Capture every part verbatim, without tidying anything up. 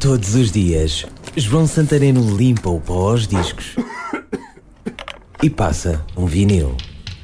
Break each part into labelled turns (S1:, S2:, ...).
S1: Todos os dias, João Santareno limpa o pó aos discos e passa um vinil.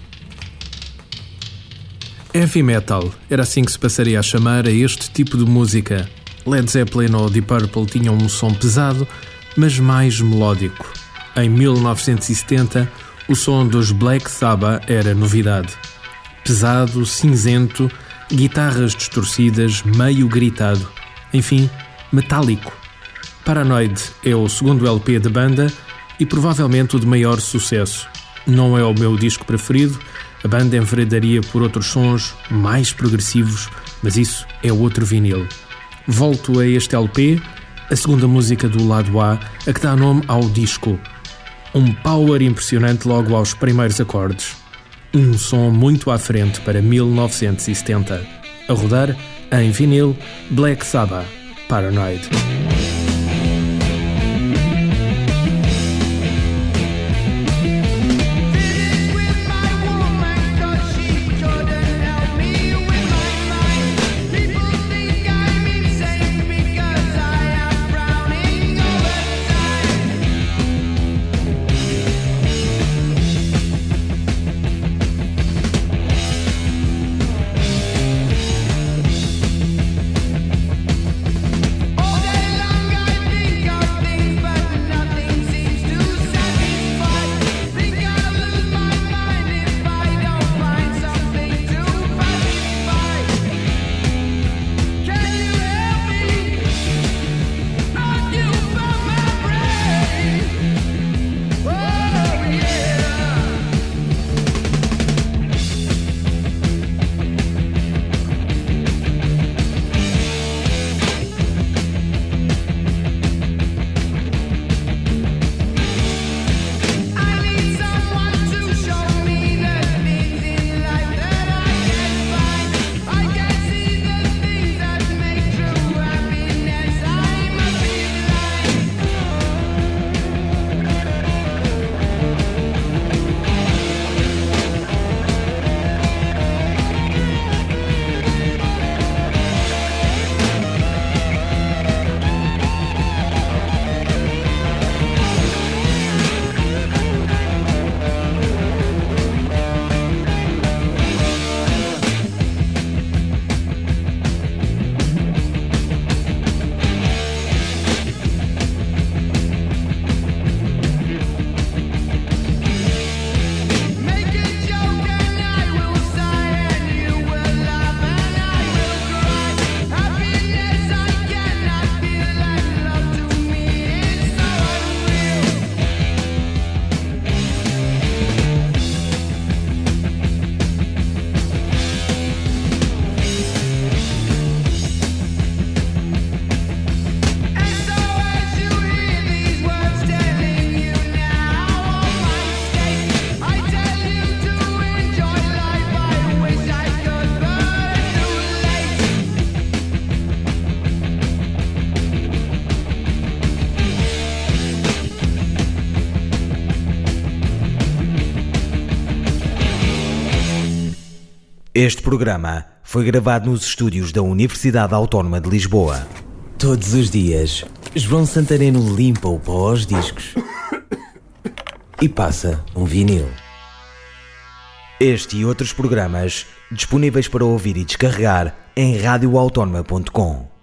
S2: Heavy metal, era assim que se passaria a chamar a este tipo de música. Led Zeppelin ou Deep Purple tinham um som pesado, mas mais melódico. Em mil novecentos e setenta, o som dos Black Sabbath era novidade. Pesado, cinzento, guitarras distorcidas, meio gritado. Enfim, metálico. Paranoid é o segundo L P da banda e provavelmente o de maior sucesso. Não é o meu disco preferido, a banda enveredaria por outros sons mais progressivos, mas isso é outro vinil. Volto a este L P, a segunda música do lado A, a que dá nome ao disco. Um power impressionante logo aos primeiros acordes. Um som muito à frente para mil novecentos e setenta. A rodar, em vinil, Black Sabbath, Paranoid.
S1: Este programa foi gravado nos estúdios da Universidade Autónoma de Lisboa. Todos os dias, João Santareno limpa o pó aos discos e passa um vinil. Este e outros programas disponíveis para ouvir e descarregar em radio autónoma ponto com.